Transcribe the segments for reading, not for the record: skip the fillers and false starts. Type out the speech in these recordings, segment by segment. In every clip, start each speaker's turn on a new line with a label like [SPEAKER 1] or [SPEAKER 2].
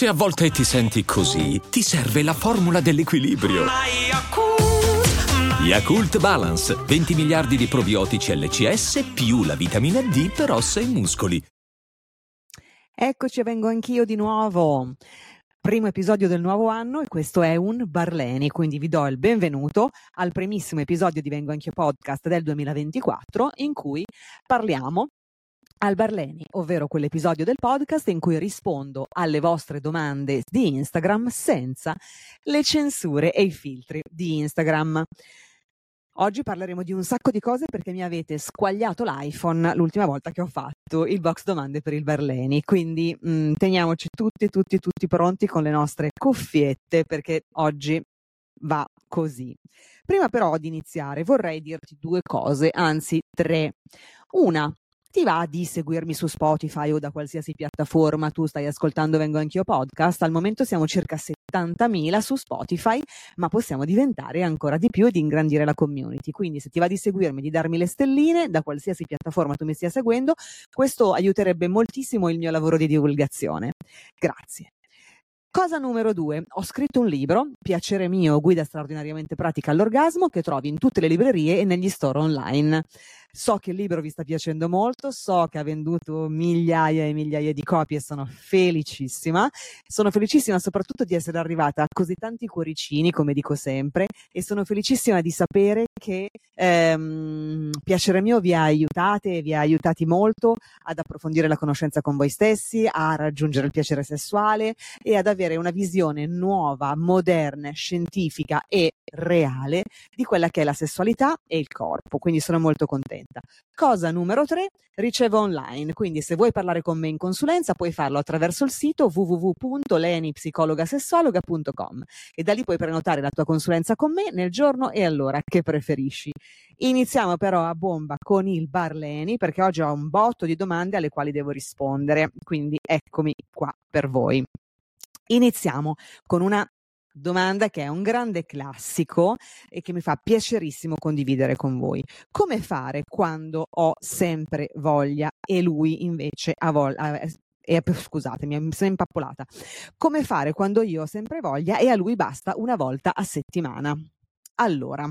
[SPEAKER 1] Se a volte ti senti così, ti serve la formula dell'equilibrio. Yakult Balance, 20 miliardi di probiotici LCS più la vitamina D per ossa e muscoli.
[SPEAKER 2] Eccoci, vengo anch'io di nuovo. Primo episodio del nuovo anno e questo è un Barleni, quindi vi do il benvenuto al primissimo episodio di Vengo Anch'io Podcast del 2024 in cui parliamo al Barleni, ovvero quell'episodio del podcast in cui rispondo alle vostre domande di Instagram senza le censure e i filtri di Instagram. Oggi parleremo di un sacco di cose perché mi avete squagliato l'iPhone l'ultima volta che ho fatto il box domande per il Barleni, quindi teniamoci tutti pronti con le nostre cuffiette perché oggi va così. Prima però di iniziare vorrei dirti due cose, anzi tre. Una, ti va di seguirmi su Spotify o da qualsiasi piattaforma tu stai ascoltando Vengo Anch'io Podcast? Al momento siamo circa 70.000 su Spotify, ma possiamo diventare ancora di più e di ingrandire la community. Quindi se ti va di seguirmi, di darmi le stelline da qualsiasi piattaforma tu mi stia seguendo, questo aiuterebbe moltissimo il mio lavoro di divulgazione. Grazie. Cosa numero 2, ho scritto un libro, Piacere mio, guida straordinariamente pratica all'orgasmo, che trovi in tutte le librerie e negli store online. So che il libro vi sta piacendo molto, so che ha venduto migliaia e migliaia di copie e sono felicissima. Sono felicissima soprattutto di essere arrivata a così tanti cuoricini, come dico sempre, e sono felicissima di sapere che Piacere mio vi ha aiutati molto ad approfondire la conoscenza con voi stessi, a raggiungere il piacere sessuale e ad avere una visione nuova, moderna, scientifica e reale di quella che è la sessualità e il corpo, quindi sono molto contenta. Cosa numero 3, ricevo online, quindi se vuoi parlare con me in consulenza puoi farlo attraverso il sito www.lenipsicologasessuologa.com e da lì puoi prenotare la tua consulenza con me nel giorno e all'ora che preferisci. Iniziamo però a bomba con il Barleni perché oggi ho un botto di domande alle quali devo rispondere, quindi eccomi qua per voi. Iniziamo con una domanda che è un grande classico e che mi fa piacerissimo condividere con voi. Come fare quando ho sempre voglia e lui invece ha voglia? Scusatemi, mi sono impappolata. Come fare quando io ho sempre voglia e a lui basta una volta a settimana? Allora,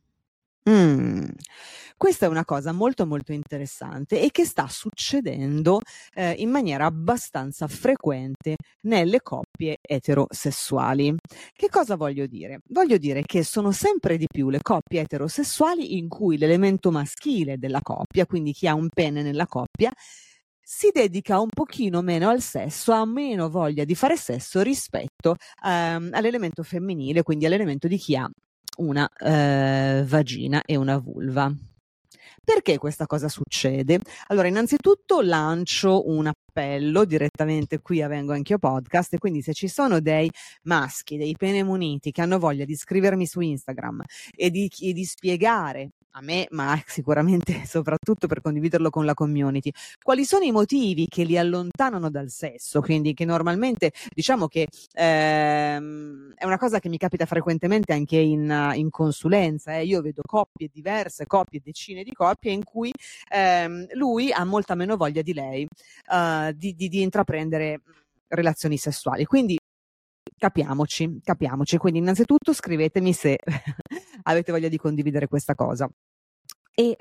[SPEAKER 2] questa è una cosa molto molto interessante e che sta succedendo in maniera abbastanza frequente nelle coppie eterosessuali. Che cosa voglio dire? Voglio dire che sono sempre di più le coppie eterosessuali in cui l'elemento maschile della coppia, quindi chi ha un pene nella coppia, si dedica un pochino meno al sesso, ha meno voglia di fare sesso rispetto all'elemento femminile, quindi all'elemento di chi ha una vagina e una vulva. Perché questa cosa succede? Allora, innanzitutto lancio un appello direttamente qui a Vengo Anch'io Podcast e quindi se ci sono dei maschi, dei pene muniti che hanno voglia di scrivermi su Instagram e di spiegare a me, ma sicuramente soprattutto per condividerlo con la community, quali sono i motivi che li allontanano dal sesso, quindi che normalmente diciamo che è una cosa che mi capita frequentemente anche in consulenza, io vedo coppie diverse, decine di coppie in cui lui ha molta meno voglia di lei di intraprendere relazioni sessuali, quindi capiamoci, quindi innanzitutto scrivetemi se avete voglia di condividere questa cosa. E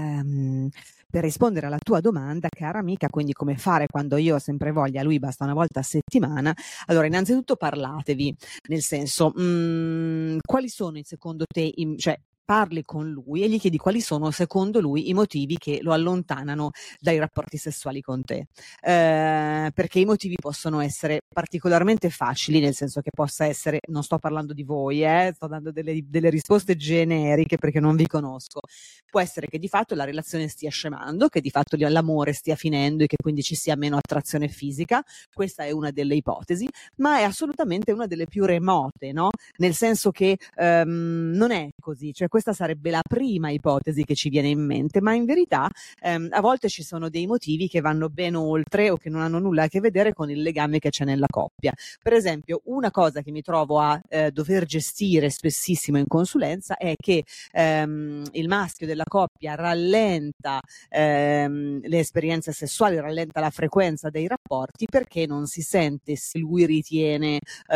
[SPEAKER 2] per rispondere alla tua domanda, cara amica, quindi come fare quando io ho sempre voglia, a lui basta una volta a settimana, allora innanzitutto parlatevi, nel senso, quali sono secondo te, cioè parli con lui e gli chiedi quali sono secondo lui i motivi che lo allontanano dai rapporti sessuali con te, perché i motivi possono essere particolarmente facili, nel senso che possa essere, non sto parlando di voi, sto dando delle risposte generiche perché non vi conosco, può essere che di fatto la relazione stia scemando, che di fatto l'amore stia finendo e che quindi ci sia meno attrazione fisica, questa è una delle ipotesi, ma è assolutamente una delle più remote, no? Nel senso che non è così, cioè questa sarebbe la prima ipotesi che ci viene in mente, ma in verità a volte ci sono dei motivi che vanno ben oltre o che non hanno nulla a che vedere con il legame che c'è nella coppia. Per esempio, una cosa che mi trovo a dover gestire spessissimo in consulenza è che il maschio della coppia rallenta le esperienze sessuali, rallenta la frequenza dei rapporti perché non si sente, se lui ritiene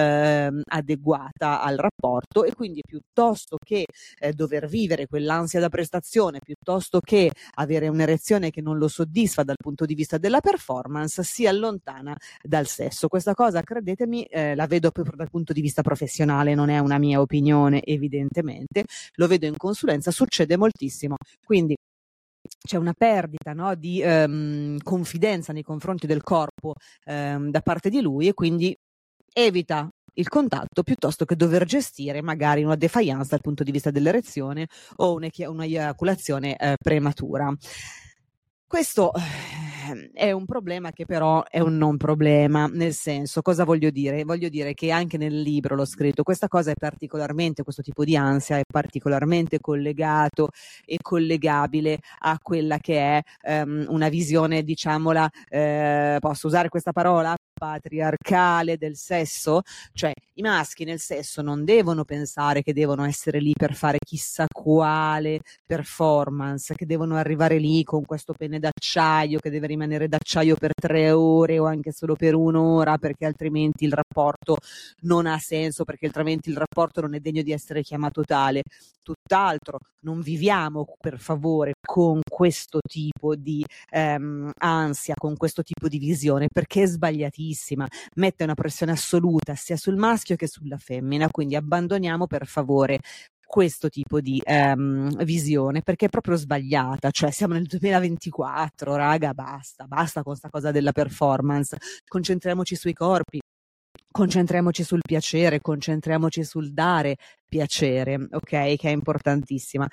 [SPEAKER 2] adeguata al rapporto, e quindi piuttosto che dover vivere quell'ansia da prestazione, piuttosto che avere un'erezione che non lo soddisfa dal punto di vista della performance, si allontana dal sesso. Questa cosa, credetemi, la vedo proprio dal punto di vista professionale, non è una mia opinione, evidentemente, lo vedo in consulenza, succede moltissimo. Quindi c'è una perdita, no, di confidenza nei confronti del corpo da parte di lui, e quindi evita il contatto piuttosto che dover gestire magari una defiance dal punto di vista dell'erezione o una eiaculazione prematura. Questo è un problema che però è un non problema, nel senso, cosa voglio dire? Voglio dire che anche nel libro l'ho scritto, questa cosa è particolarmente, questo tipo di ansia è particolarmente collegato e collegabile a quella che è una visione, diciamola, posso usare questa parola? Patriarcale del sesso, cioè i maschi nel sesso non devono pensare che devono essere lì per fare chissà quale performance, che devono arrivare lì con questo pene d'acciaio che deve rimanere d'acciaio per 3 ore o anche solo per 1 ora, perché altrimenti il rapporto non ha senso, perché altrimenti il rapporto non è degno di essere chiamato tale. Tutt'altro, non viviamo per favore con questo tipo di ansia, con questo tipo di visione, perché è sbagliatissima, mette una pressione assoluta sia sul maschio che sulla femmina, quindi abbandoniamo per favore questo tipo di visione, perché è proprio sbagliata. Cioè siamo nel 2024, raga, basta con sta cosa della performance, concentriamoci sui corpi, concentriamoci sul piacere, concentriamoci sul dare piacere, ok? Che è importantissimo.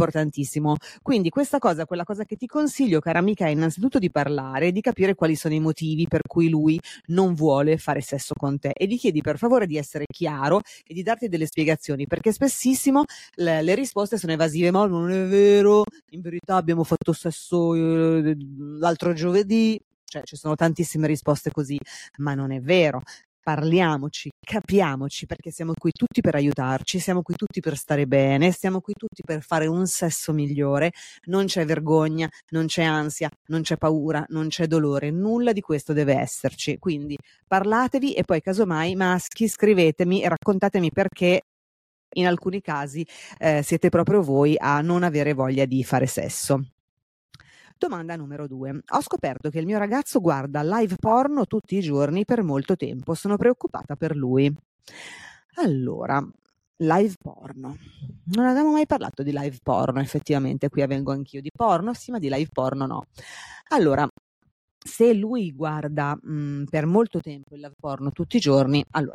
[SPEAKER 2] Quindi quella cosa che ti consiglio, cara amica, è innanzitutto di parlare, di capire quali sono i motivi per cui lui non vuole fare sesso con te, e gli chiedi per favore di essere chiaro e di darti delle spiegazioni, perché spessissimo le risposte sono evasive. Ma non è vero, in verità abbiamo fatto sesso l'altro giovedì. Cioè, ci sono tantissime risposte così, ma non è vero. Parliamoci, capiamoci, perché siamo qui tutti per aiutarci, siamo qui tutti per stare bene, siamo qui tutti per fare un sesso migliore. Non c'è vergogna, non c'è ansia, non c'è paura, non c'è dolore, nulla di questo deve esserci. Quindi parlatevi, e poi casomai maschi scrivetemi e raccontatemi perché in alcuni casi siete proprio voi a non avere voglia di fare sesso. Domanda numero 2. Ho scoperto che il mio ragazzo guarda live porno tutti i giorni per molto tempo. Sono preoccupata per lui. Allora, live porno. Non avevamo mai parlato di live porno, effettivamente. Qui avvengo anch'io di porno, sì, ma di live porno no. Allora, se lui guarda per molto tempo il live porno tutti i giorni, allora...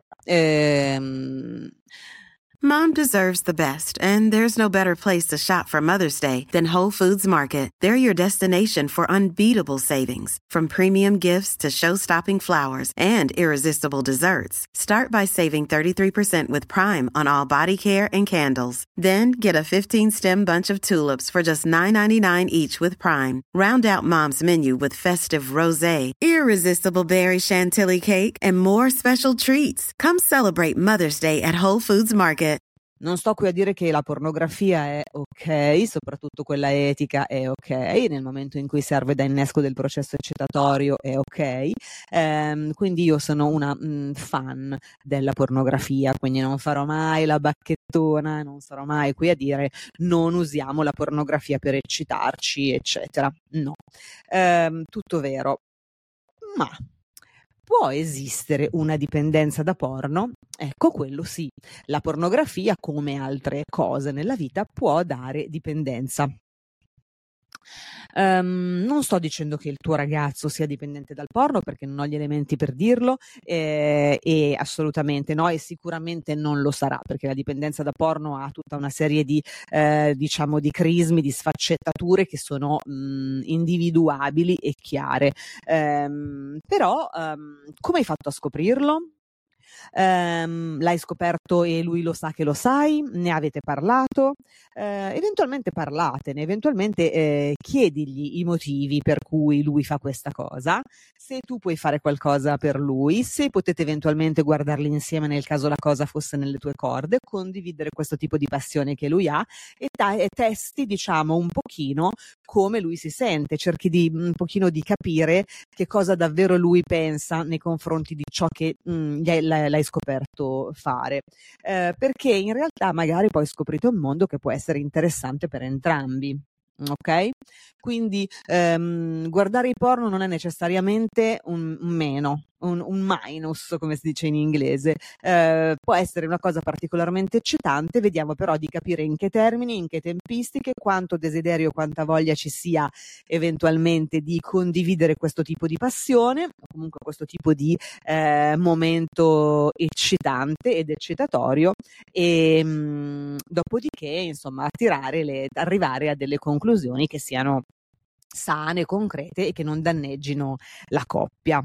[SPEAKER 3] Mom deserves the best, and there's no better place to shop for Mother's Day than Whole Foods Market. They're your destination for unbeatable savings, from premium gifts to show-stopping flowers and irresistible desserts. Start by saving 33% with Prime on all body care and candles. Then get a 15-stem bunch of tulips for just $9.99 each with Prime. Round out Mom's menu with festive rosé, irresistible berry chantilly cake, and more special treats. Come celebrate Mother's Day at Whole Foods Market.
[SPEAKER 2] Non sto qui a dire che la pornografia è ok, soprattutto quella etica è ok, nel momento in cui serve da innesco del processo eccitatorio è ok, quindi io sono una fan della pornografia, quindi non farò mai la bacchettona, non sarò mai qui a dire non usiamo la pornografia per eccitarci, eccetera. No, tutto vero, ma... può esistere una dipendenza da porno? Ecco, quello sì. La pornografia, come altre cose nella vita, può dare dipendenza. Non sto dicendo che il tuo ragazzo sia dipendente dal porno, perché non ho gli elementi per dirlo, e assolutamente no, e sicuramente non lo sarà, perché la dipendenza da porno ha tutta una serie di diciamo di crismi, di sfaccettature che sono individuabili e chiare. Però come hai fatto a scoprirlo? L'hai scoperto e lui lo sa che lo sai, ne avete parlato, eventualmente parlatene, eventualmente chiedigli i motivi per cui lui fa questa cosa, se tu puoi fare qualcosa per lui, se potete eventualmente guardarli insieme nel caso la cosa fosse nelle tue corde, condividere questo tipo di passione che lui ha e testi, diciamo, un pochino come lui si sente, cerchi di un pochino di capire che cosa davvero lui pensa nei confronti di ciò che l'hai scoperto fare, perché in realtà magari poi scoprite un mondo che può essere interessante per entrambi. Ok? Quindi guardare i porno non è necessariamente un meno, un minus, come si dice in inglese, può essere una cosa particolarmente eccitante, vediamo però di capire in che termini, in che tempistiche, quanto desiderio, quanta voglia ci sia eventualmente di condividere questo tipo di passione, o comunque questo tipo di momento eccitante ed eccitatorio, e dopodiché insomma arrivare a delle conclusioni che siano sane, concrete e che non danneggino la coppia.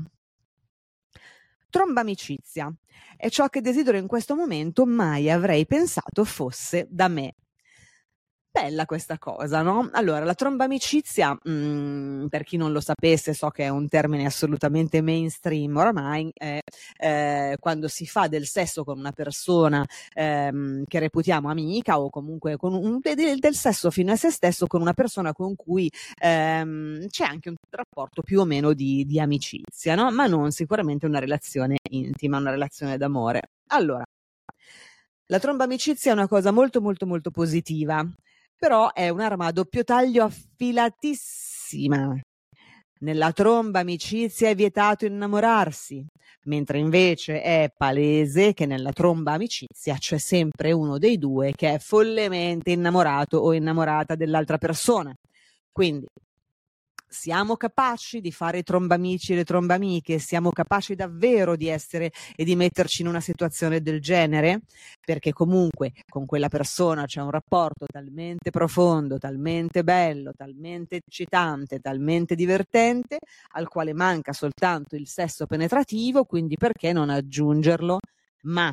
[SPEAKER 2] Tromba amicizia è ciò che desidero in questo momento, mai avrei pensato fosse da me. Bella questa cosa, no? Allora, la tromba amicizia, per chi non lo sapesse, so che è un termine assolutamente mainstream oramai, quando si fa del sesso con una persona che reputiamo amica, o comunque del sesso fino a se stesso con una persona con cui c'è anche un rapporto più o meno di amicizia, no? Ma non sicuramente una relazione intima, una relazione d'amore. Allora, la tromba amicizia è una cosa molto molto molto positiva, però è un'arma a doppio taglio affilatissima. Nella tromba amicizia è vietato innamorarsi, mentre invece è palese che nella tromba amicizia c'è sempre uno dei due che è follemente innamorato o innamorata dell'altra persona. Quindi siamo capaci di fare i trombamici e le trombamiche? Siamo capaci davvero di essere e di metterci in una situazione del genere? Perché comunque con quella persona c'è un rapporto talmente profondo, talmente bello, talmente eccitante, talmente divertente, al quale manca soltanto il sesso penetrativo, quindi perché non aggiungerlo? Ma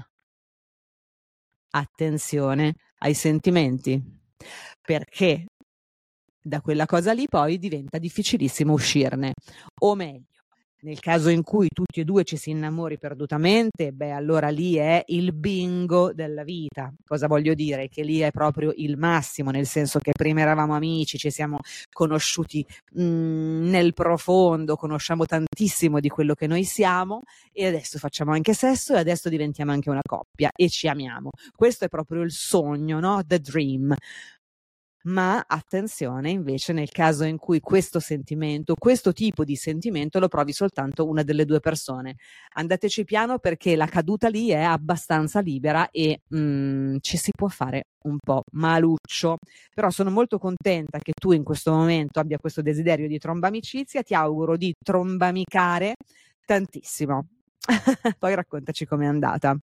[SPEAKER 2] attenzione ai sentimenti, perché da quella cosa lì poi diventa difficilissimo uscirne. O meglio, nel caso in cui tutti e due ci si innamori perdutamente, beh, allora lì è il bingo della vita. Cosa voglio dire? Che lì è proprio il massimo, nel senso che prima eravamo amici, ci siamo conosciuti nel profondo, conosciamo tantissimo di quello che noi siamo e adesso facciamo anche sesso e adesso diventiamo anche una coppia e ci amiamo. Questo è proprio il sogno, no? The dream. Ma attenzione invece nel caso in cui questo sentimento, questo tipo di sentimento lo provi soltanto una delle due persone. Andateci piano perché la caduta lì è abbastanza libera e ci si può fare un po' maluccio. Però sono molto contenta che tu in questo momento abbia questo desiderio di tromba amicizia, ti auguro di trombamicare tantissimo. Poi raccontaci com'è andata.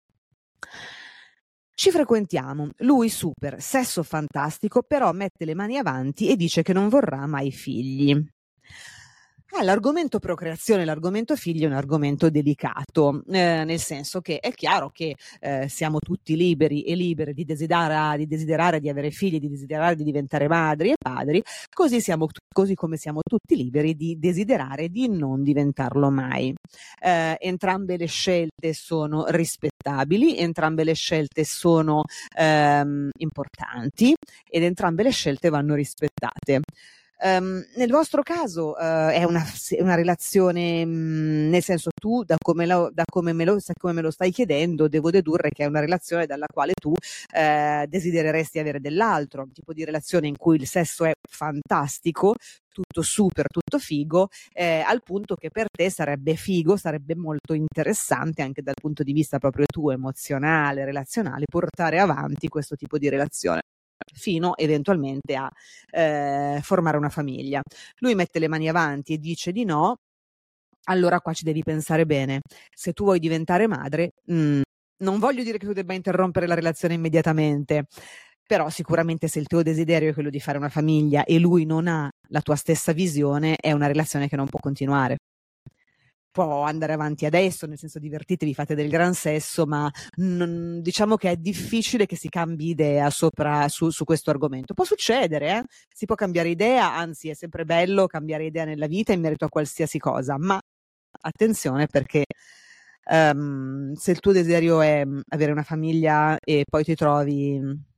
[SPEAKER 2] Ci frequentiamo, lui super, sesso fantastico, però mette le mani avanti e dice che non vorrà mai figli. L'argomento procreazione, l'argomento figli è un argomento delicato, nel senso che è chiaro che siamo tutti liberi e libere di desiderare di avere figli, di desiderare di diventare madri e padri, così come siamo tutti liberi di desiderare di non diventarlo mai. Entrambe le scelte sono rispettabili, entrambe le scelte sono importanti ed entrambe le scelte vanno rispettate. Nel vostro caso è una relazione, nel senso tu da come me lo stai chiedendo devo dedurre che è una relazione dalla quale tu desidereresti avere dell'altro, un tipo di relazione in cui il sesso è fantastico, tutto super, tutto figo, al punto che per te sarebbe figo, sarebbe molto interessante anche dal punto di vista proprio tuo emozionale, relazionale, portare avanti questo tipo di relazione fino eventualmente a formare una famiglia. Lui mette le mani avanti e dice di no, allora qua ci devi pensare bene. Se tu vuoi diventare madre, non voglio dire che tu debba interrompere la relazione immediatamente, però sicuramente se il tuo desiderio è quello di fare una famiglia e lui non ha la tua stessa visione, è una relazione che non può continuare. può andare avanti adesso, nel senso divertitevi, fate del gran sesso, ma diciamo che è difficile che si cambi idea su questo argomento. Può succedere, si può cambiare idea, anzi è sempre bello cambiare idea nella vita in merito a qualsiasi cosa, ma attenzione perché se il tuo desiderio è avere una famiglia e poi ti trovi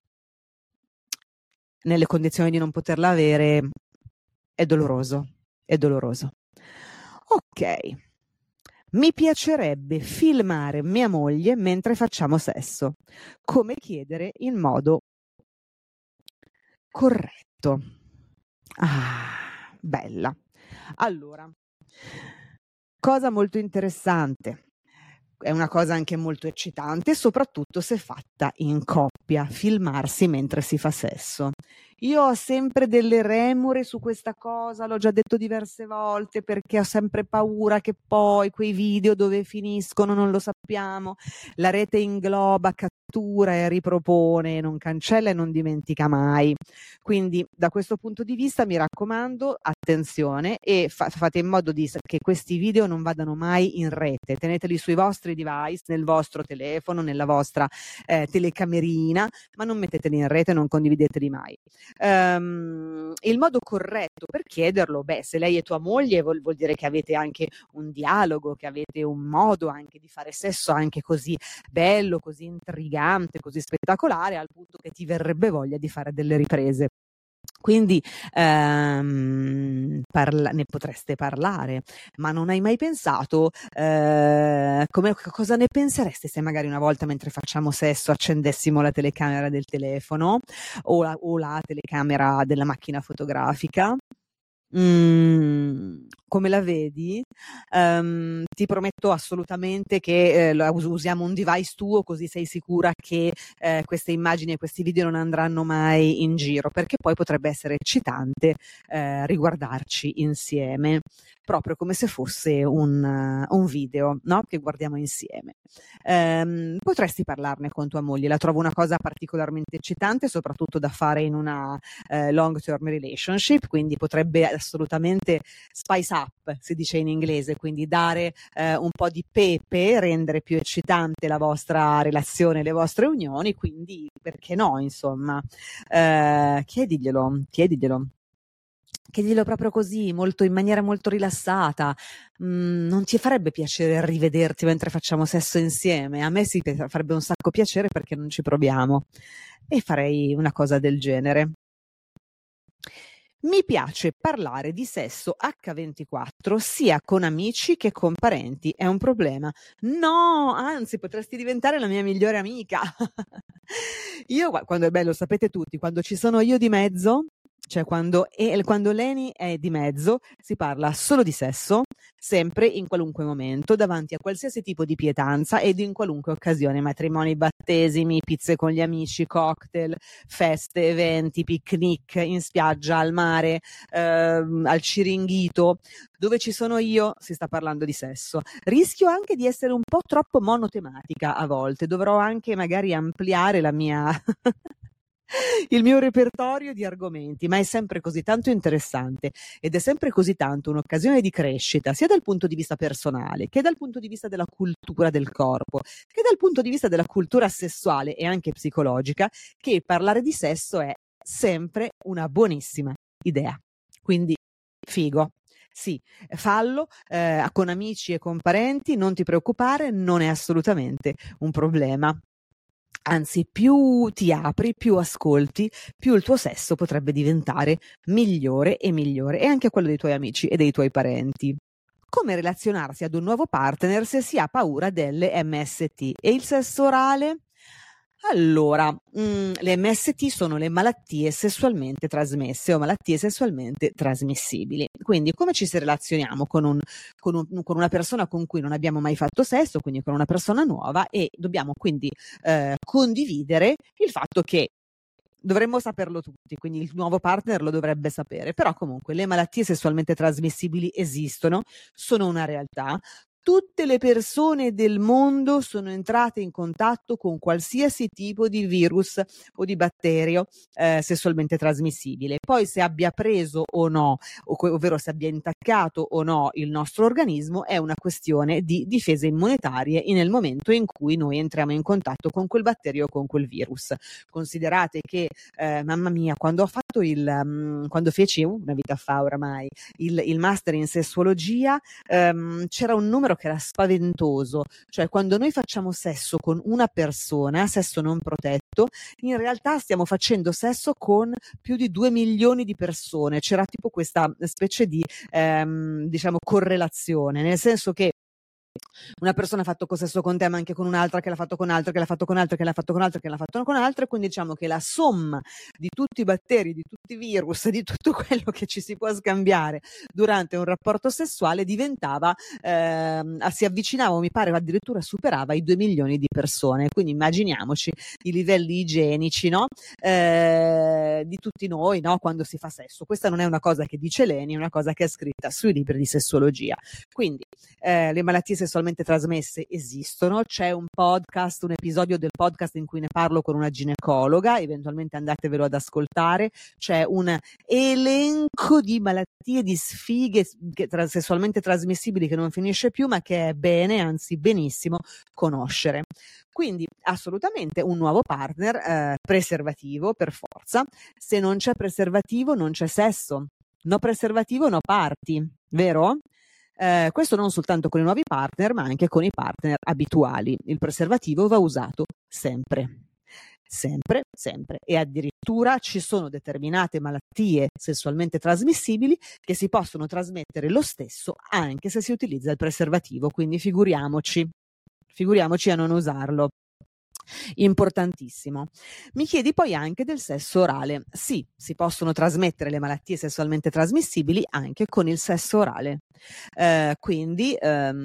[SPEAKER 2] nelle condizioni di non poterla avere, è doloroso, è doloroso. Ok, mi piacerebbe filmare mia moglie mentre facciamo sesso. Come chiedere in modo corretto. Ah, bella. Allora, cosa molto interessante. È una cosa anche molto eccitante, soprattutto se fatta in coppia, filmarsi mentre si fa sesso. Io ho sempre delle remore su questa cosa, l'ho già detto diverse volte, perché ho sempre paura che poi quei video dove finiscono non lo sappiamo, la rete ingloba, cattura e ripropone, non cancella e non dimentica mai. Quindi da questo punto di vista mi raccomando, attenzione e fate in modo che questi video non vadano mai in rete, teneteli sui vostri device, nel vostro telefono, nella vostra telecamerina, ma non metteteli in rete, non condivideteli mai. Il modo corretto per chiederlo, se lei è tua moglie vuol dire che avete anche un dialogo, che avete un modo anche di fare sesso anche così bello, così intrigante, così spettacolare, al punto che ti verrebbe voglia di fare delle riprese. Quindi ne potreste parlare, ma non hai mai pensato cosa ne penseresti se magari una volta mentre facciamo sesso accendessimo la telecamera del telefono o la telecamera della macchina fotografica? Come la vedi? Ti prometto assolutamente che usiamo un device tuo, così sei sicura che queste immagini e questi video non andranno mai in giro, perché poi potrebbe essere eccitante riguardarci insieme, proprio come se fosse un video, no? Che guardiamo insieme. Potresti parlarne con tua moglie, la trovo una cosa particolarmente eccitante, soprattutto da fare in una long term relationship, quindi potrebbe assolutamente spice up, si dice in inglese, quindi dare un po' di pepe, rendere più eccitante la vostra relazione, le vostre unioni, quindi perché no, insomma, chiediglielo. Chiedilo proprio così, in maniera molto rilassata. Non ti farebbe piacere rivederti mentre facciamo sesso insieme? A me sì, farebbe un sacco piacere perché non ci proviamo. E farei una cosa del genere. Mi piace parlare di sesso H24 sia con amici che con parenti. È un problema? No, anzi, potresti diventare la mia migliore amica. Io, quando è bello, sapete tutti, quando ci sono io di mezzo, cioè quando Leni è di mezzo, si parla solo di sesso, sempre, in qualunque momento, davanti a qualsiasi tipo di pietanza ed in qualunque occasione, matrimoni, battesimi, pizze con gli amici, cocktail, feste, eventi, picnic, in spiaggia, al mare, al Ciringhito. Dove ci sono io si sta parlando di sesso. Rischio anche di essere un po' troppo monotematica a volte, dovrò anche magari ampliare la mia... il mio repertorio di argomenti, ma è sempre così tanto interessante ed è sempre così tanto un'occasione di crescita, sia dal punto di vista personale, che dal punto di vista della cultura del corpo, che dal punto di vista della cultura sessuale e anche psicologica, che parlare di sesso è sempre una buonissima idea. Quindi, figo. Sì, fallo con amici e con parenti, non ti preoccupare, non è assolutamente un problema. Anzi, più ti apri, più ascolti, più il tuo sesso potrebbe diventare migliore e anche quello dei tuoi amici e dei tuoi parenti. Come relazionarsi ad un nuovo partner se si ha paura delle MST e il sesso orale? Allora, le MST sono le malattie sessualmente trasmesse o malattie sessualmente trasmissibili. Quindi come ci si relazioniamo con una persona con cui non abbiamo mai fatto sesso, quindi con una persona nuova, e dobbiamo quindi condividere il fatto che dovremmo saperlo tutti, quindi il nuovo partner lo dovrebbe sapere, però comunque le malattie sessualmente trasmissibili esistono, sono una realtà. tutte le persone del mondo sono entrate in contatto con qualsiasi tipo di virus o di batterio sessualmente trasmissibile. Poi se abbia preso o no, ovvero se abbia intaccato o no il nostro organismo, è una questione di difese immunitarie nel momento in cui noi entriamo in contatto con quel batterio o con quel virus. Considerate che, mamma mia, quando feci una vita fa oramai il master in sessuologia, c'era un numero che era spaventoso, cioè quando noi facciamo sesso con una persona, sesso non protetto, in realtà stiamo facendo sesso con più di 2 milioni di persone. C'era tipo questa specie di diciamo correlazione, nel senso che una persona ha fatto sesso con te, ma anche con un'altra, che l'ha fatto con altro, che l'ha fatto con altro, che l'ha fatto con altro, che l'ha fatto con altro, e quindi diciamo che la somma di tutti i batteri, di tutti i virus, di tutto quello che ci si può scambiare durante un rapporto sessuale diventava, si avvicinava, o mi pare addirittura superava i 2 milioni di persone. Quindi immaginiamoci i livelli igienici, no? Di tutti noi, no? Quando si fa sesso. Questa non è una cosa che dice Leni, è una cosa che è scritta sui libri di sessologia. Quindi le malattie sessualmente trasmesse esistono, c'è un episodio del podcast in cui ne parlo con una ginecologa, eventualmente andatevelo ad ascoltare. C'è un elenco di malattie, di sfighe sessualmente trasmissibili che non finisce più, ma che è bene, anzi benissimo, conoscere. Quindi assolutamente un nuovo partner, preservativo per forza. Se non c'è preservativo non c'è sesso, no preservativo no party, vero? Questo non soltanto con i nuovi partner, ma anche con i partner abituali. Il preservativo va usato sempre. Sempre, sempre. E addirittura ci sono determinate malattie sessualmente trasmissibili che si possono trasmettere lo stesso anche se si utilizza il preservativo. Quindi figuriamoci a non usarlo. Importantissimo. Mi chiedi poi anche del sesso orale. Sì, si possono trasmettere le malattie sessualmente trasmissibili anche con il sesso orale. Quindi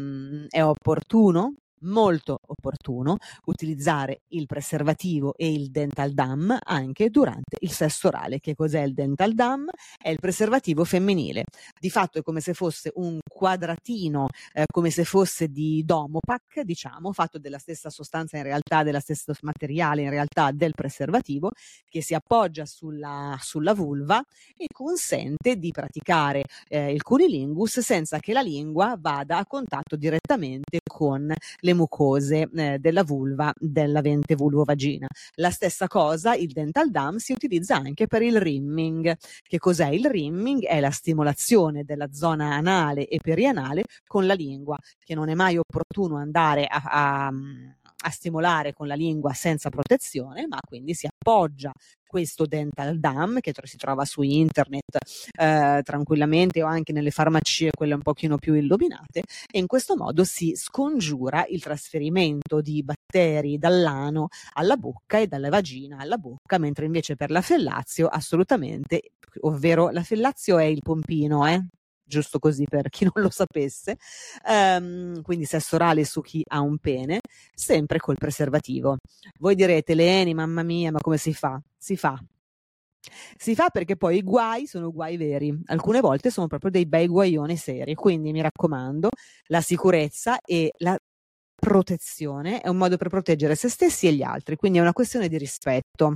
[SPEAKER 2] è opportuno, molto opportuno, utilizzare il preservativo e il dental dam anche durante il sesso orale. Che cos'è il dental dam? È il preservativo femminile. Di fatto è come se fosse un quadratino, come se fosse di Domopac, diciamo, fatto della stessa sostanza, in realtà dello stesso materiale, in realtà del preservativo, che si appoggia sulla vulva e consente di praticare il cunilingus senza che la lingua vada a contatto direttamente con le mucose della vulva, dell'avente vulvovagina. La stessa cosa, il dental dam, si utilizza anche per il rimming. Che cos'è il rimming? È la stimolazione della zona anale e perianale con la lingua, che non è mai opportuno andare a stimolare con la lingua senza protezione, ma quindi si appoggia questo dental dam, che si trova su internet tranquillamente, o anche nelle farmacie, quelle un pochino più illuminate, e in questo modo si scongiura il trasferimento di batteri dall'ano alla bocca e dalla vagina alla bocca, mentre invece per la fellatio assolutamente, ovvero la fellatio è il pompino, giusto così per chi non lo sapesse, quindi sesso orale su chi ha un pene, sempre col preservativo. Voi direte, Leni, mamma mia, ma come si fa? Si fa perché poi i guai sono guai veri, alcune volte sono proprio dei bei guaioni seri, quindi mi raccomando, la sicurezza e la protezione è un modo per proteggere se stessi e gli altri, quindi è una questione di rispetto.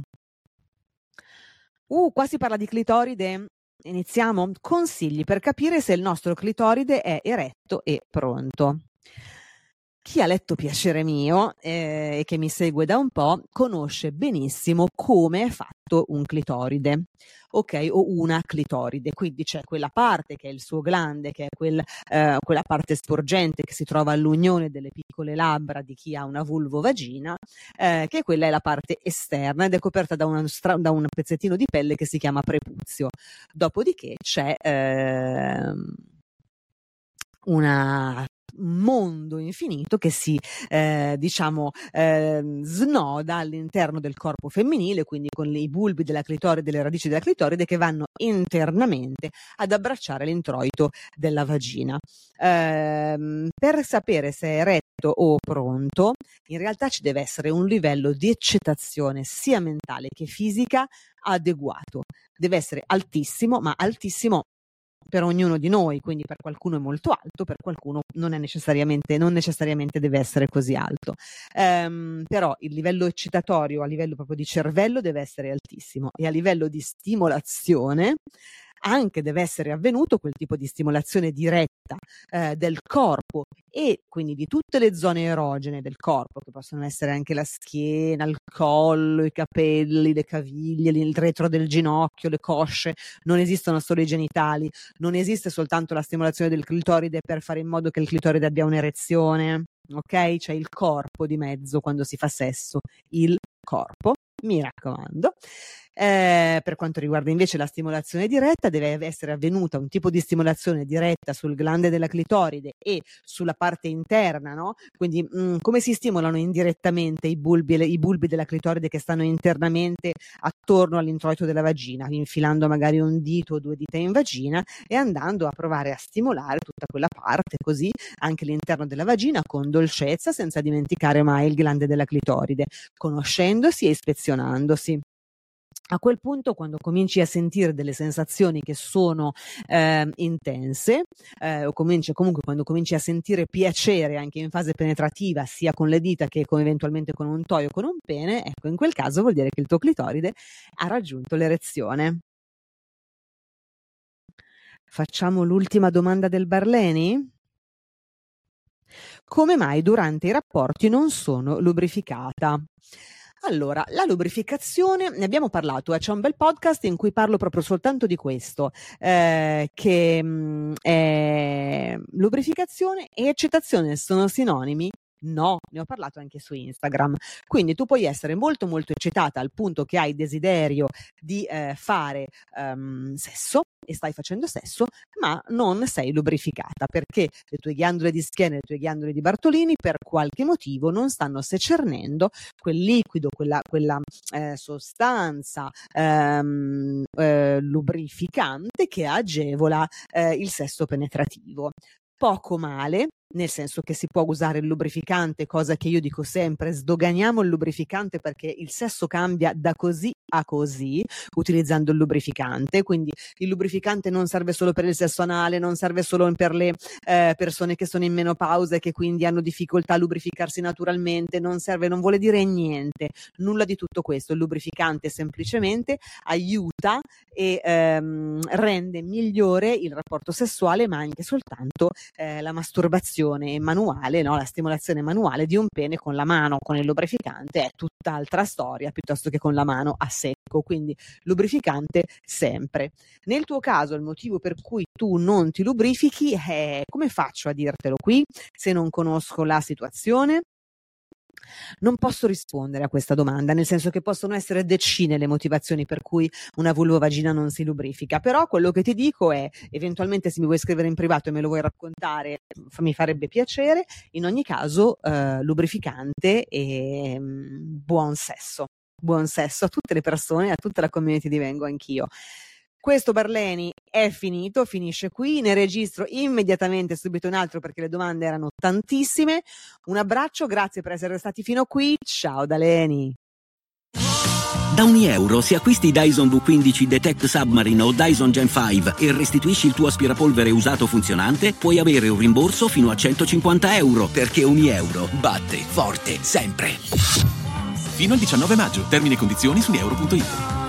[SPEAKER 2] Qua si parla di clitoride. Iniziamo? Consigli per capire se il nostro clitoride è eretto e pronto. Chi ha letto Piacere mio e che mi segue da un po' conosce benissimo come è fatto un clitoride, ok? O una clitoride. Quindi c'è quella parte che è il suo glande, che è quella parte sporgente che si trova all'unione delle piccole labbra di chi ha una vulvovagina, che quella è la parte esterna ed è coperta da un pezzettino di pelle che si chiama prepuzio. Dopodiché c'è un mondo infinito che si snoda all'interno del corpo femminile, quindi con i bulbi della clitoride, le radici della clitoride che vanno internamente ad abbracciare l'introito della vagina. Per sapere se è eretto o pronto, in realtà ci deve essere un livello di eccitazione sia mentale che fisica adeguato. Deve essere altissimo, ma altissimo per ognuno di noi, quindi per qualcuno è molto alto, per qualcuno non necessariamente deve essere così alto, però il livello eccitatorio a livello proprio di cervello deve essere altissimo, e a livello di stimolazione anche deve essere avvenuto quel tipo di stimolazione diretta del corpo, e quindi di tutte le zone erogene del corpo, che possono essere anche la schiena, il collo, i capelli, le caviglie, il retro del ginocchio, le cosce. Non esistono solo i genitali, non esiste soltanto la stimolazione del clitoride per fare in modo che il clitoride abbia un'erezione, ok? C'è il corpo di mezzo quando si fa sesso, il corpo, mi raccomando. Per quanto riguarda invece la stimolazione diretta, deve essere avvenuta un tipo di stimolazione diretta sul glande della clitoride e sulla parte interna, no? Quindi come si stimolano indirettamente i bulbi della clitoride che stanno internamente attorno all'introito della vagina, infilando magari un dito o 2 dita in vagina e andando a provare a stimolare tutta quella parte, così anche l'interno della vagina con dolcezza, senza dimenticare mai il glande della clitoride, conoscendosi e ispezionandosi. A quel punto, quando cominci a sentire delle sensazioni che sono intense, quando cominci a sentire piacere anche in fase penetrativa, sia con le dita che eventualmente con un toy o con un pene, ecco, in quel caso vuol dire che il tuo clitoride ha raggiunto l'erezione. Facciamo l'ultima domanda del Barleni? Come mai durante i rapporti non sono lubrificata? Allora, la lubrificazione, ne abbiamo parlato, c'è un bel podcast in cui parlo proprio soltanto di questo, lubrificazione e eccitazione sono sinonimi? No, ne ho parlato anche su Instagram. Quindi tu puoi essere molto molto eccitata al punto che hai desiderio di fare sesso, e stai facendo sesso, ma non sei lubrificata perché le tue ghiandole di schiena e le tue ghiandole di Bartolini per qualche motivo non stanno secernendo quel liquido, quella sostanza lubrificante che agevola il sesso penetrativo. Poco male, nel senso che si può usare il lubrificante, cosa che io dico sempre: sdoganiamo il lubrificante, perché il sesso cambia da così a così utilizzando il lubrificante. Quindi il lubrificante non serve solo per il sesso anale, non serve solo per le persone che sono in menopausa e che quindi hanno difficoltà a lubrificarsi naturalmente, non vuole dire niente, nulla di tutto questo. Il lubrificante semplicemente aiuta e rende migliore il rapporto sessuale, ma anche soltanto la masturbazione manuale, no? La stimolazione manuale di un pene con la mano, con il lubrificante è tutt'altra storia piuttosto che con la mano a secco. Quindi lubrificante sempre. Nel tuo caso, il motivo per cui tu non ti lubrifichi è: come faccio a dirtelo qui se non conosco la situazione? Non posso rispondere a questa domanda, nel senso che possono essere decine le motivazioni per cui una vulvovagina non si lubrifica, però quello che ti dico è: eventualmente, se mi vuoi scrivere in privato e me lo vuoi raccontare, mi farebbe piacere. In ogni caso, lubrificante e buon sesso a tutte le persone, a tutta la community di Vengo Anch'io. Questo Barleni è finito, finisce qui, ne registro immediatamente subito un altro perché le domande erano tantissime. Un abbraccio, grazie per essere stati fino qui, ciao da Leni.
[SPEAKER 4] Da €1 se acquisti Dyson V15 Detect Submarine o Dyson Gen 5 e restituisci il tuo aspirapolvere usato funzionante, puoi avere un rimborso fino a €150, perché €1 batte forte sempre.
[SPEAKER 5] Fino al 19 maggio, termini e condizioni su euro.it.